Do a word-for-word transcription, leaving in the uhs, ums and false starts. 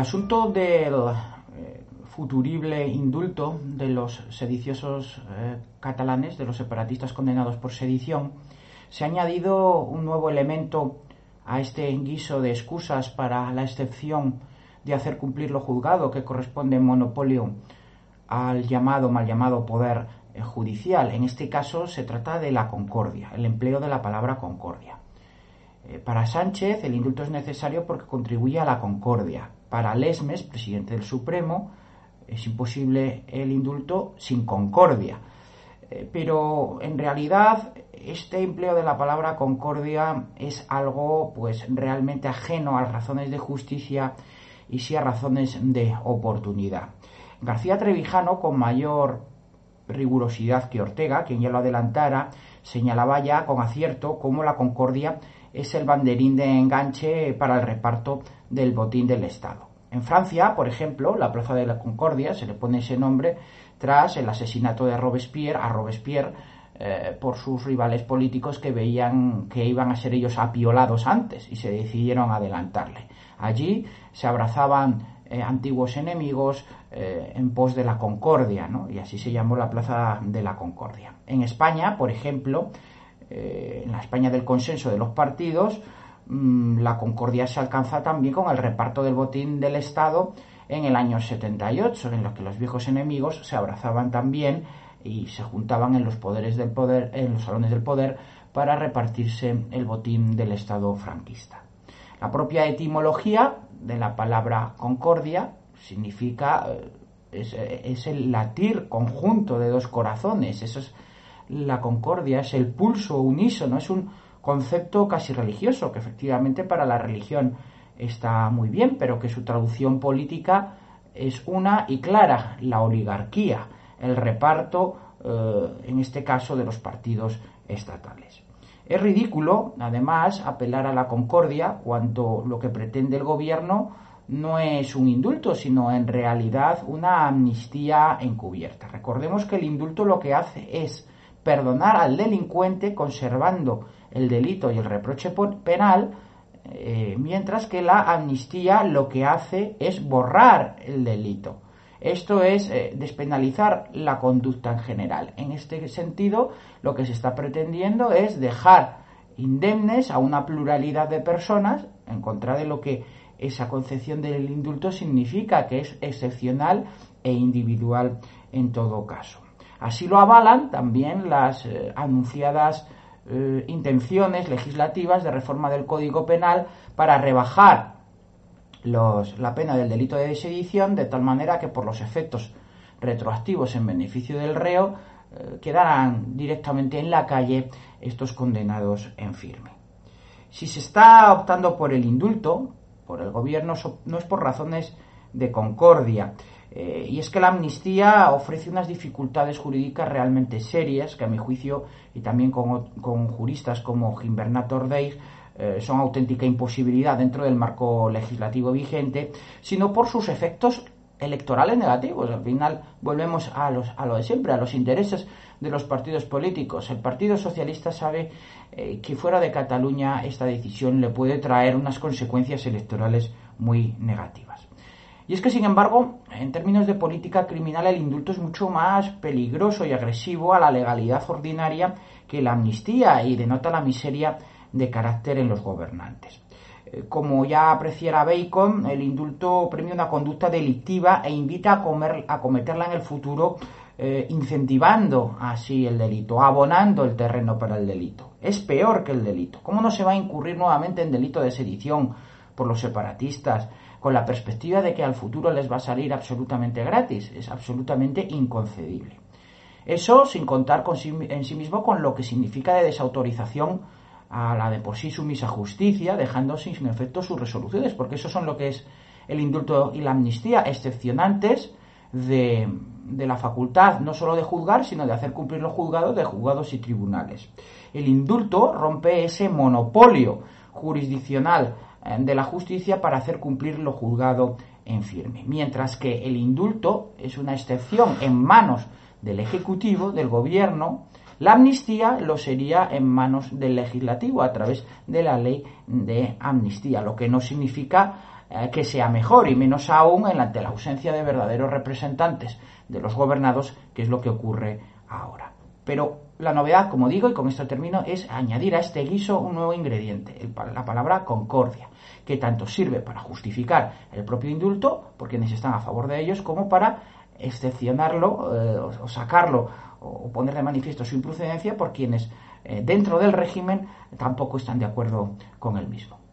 asunto del eh, futurible indulto de los sediciosos eh, catalanes, de los separatistas condenados por sedición, se ha añadido un nuevo elemento a este guiso de excusas para la excepción de hacer cumplir lo juzgado, que corresponde en monopolio al llamado, mal llamado poder eh, judicial. En este caso se trata de la concordia, el empleo de la palabra concordia. Eh, para Sánchez el indulto es necesario porque contribuye a la concordia. Para Lesmes, presidente del Supremo, es imposible el indulto sin concordia. Eh, pero en realidad este empleo de la palabra concordia es algo pues realmente ajeno a las razones de justicia y sí a razones de oportunidad. García Trevijano, con mayor rigurosidad que Ortega, quien ya lo adelantara, señalaba ya con acierto cómo la concordia es el banderín de enganche para el reparto del botín del Estado. En Francia, por ejemplo, la Plaza de la Concordia se le pone ese nombre tras el asesinato de Robespierre a Robespierre eh, por sus rivales políticos que veían que iban a ser ellos apiolados antes y se decidieron adelantarle. Allí se abrazaban eh, antiguos enemigos eh, en pos de la concordia, ¿no? Y así se llamó la Plaza de la Concordia. En España, por ejemplo, eh, en la España del consenso de los partidos, mmm, la concordia se alcanza también con el reparto del botín del Estado en el año setenta y ocho, en los que los viejos enemigos se abrazaban también y se juntaban en los poderes del poder, en los salones del poder, para repartirse el botín del Estado franquista. La propia etimología de la palabra concordia significa, es, es el latir conjunto de dos corazones. Eso es la concordia, es el pulso unísono, es un concepto casi religioso, que efectivamente para la religión está muy bien, pero que su traducción política es una y clara: la oligarquía, el reparto, eh, en este caso, de los partidos estatales. Es ridículo, además, apelar a la concordia cuando lo que pretende el gobierno no es un indulto, sino en realidad una amnistía encubierta. Recordemos que el indulto lo que hace es perdonar al delincuente conservando el delito y el reproche penal, eh, mientras que la amnistía lo que hace es borrar el delito. Esto es eh, despenalizar la conducta en general. En este sentido, lo que se está pretendiendo es dejar indemnes a una pluralidad de personas, en contra de lo que esa concepción del indulto significa, que es excepcional e individual en todo caso. Así lo avalan también las eh, anunciadas eh, intenciones legislativas de reforma del Código Penal para rebajar Los, la pena del delito de sedición, de tal manera que por los efectos retroactivos en beneficio del reo eh, quedarán directamente en la calle estos condenados en firme. Si se está optando por el indulto, por el gobierno, no es por razones de concordia, eh, y es que la amnistía ofrece unas dificultades jurídicas realmente serias que, a mi juicio, y también con, con juristas como Gimbernat Ordeig, Eh, son auténtica imposibilidad dentro del marco legislativo vigente, sino por sus efectos electorales negativos. Al final volvemos a, los, a lo de siempre, a los intereses de los partidos políticos. El Partido Socialista sabe eh, que fuera de Cataluña esta decisión le puede traer unas consecuencias electorales muy negativas. Y es que, sin embargo, en términos de política criminal, el indulto es mucho más peligroso y agresivo a la legalidad ordinaria que la amnistía, y denota la miseria de carácter en los gobernantes. Como ya apreciara Bacon, el indulto premia una conducta delictiva e invita a, comer, a cometerla en el futuro, eh, incentivando así el delito, abonando el terreno para el delito. Es peor que el delito. ¿Cómo no se va a incurrir nuevamente en delito de sedición por los separatistas, con la perspectiva de que al futuro les va a salir absolutamente gratis? Es absolutamente inconcebible. Eso sin contar con sí, en sí mismo con lo que significa de desautorización a la de por sí sumisa justicia, dejando sin efecto sus resoluciones, porque eso son lo que es el indulto y la amnistía, excepcionantes de, de la facultad no solo de juzgar, sino de hacer cumplir lo juzgado de juzgados y tribunales. El indulto rompe ese monopolio jurisdiccional de la justicia para hacer cumplir lo juzgado en firme, mientras que el indulto es una excepción en manos del Ejecutivo, del Gobierno. La amnistía lo sería en manos del legislativo a través de la ley de amnistía, lo que no significa eh, que sea mejor, y menos aún en la, ante la ausencia de verdaderos representantes de los gobernados, que es lo que ocurre ahora. Pero la novedad, como digo, y con esto termino, es añadir a este guiso un nuevo ingrediente, el, la palabra concordia, que tanto sirve para justificar el propio indulto, por quienes están a favor de ellos, como para excepcionarlo eh, o, o sacarlo o poner de manifiesto su improcedencia por quienes eh, dentro del régimen tampoco están de acuerdo con el mismo.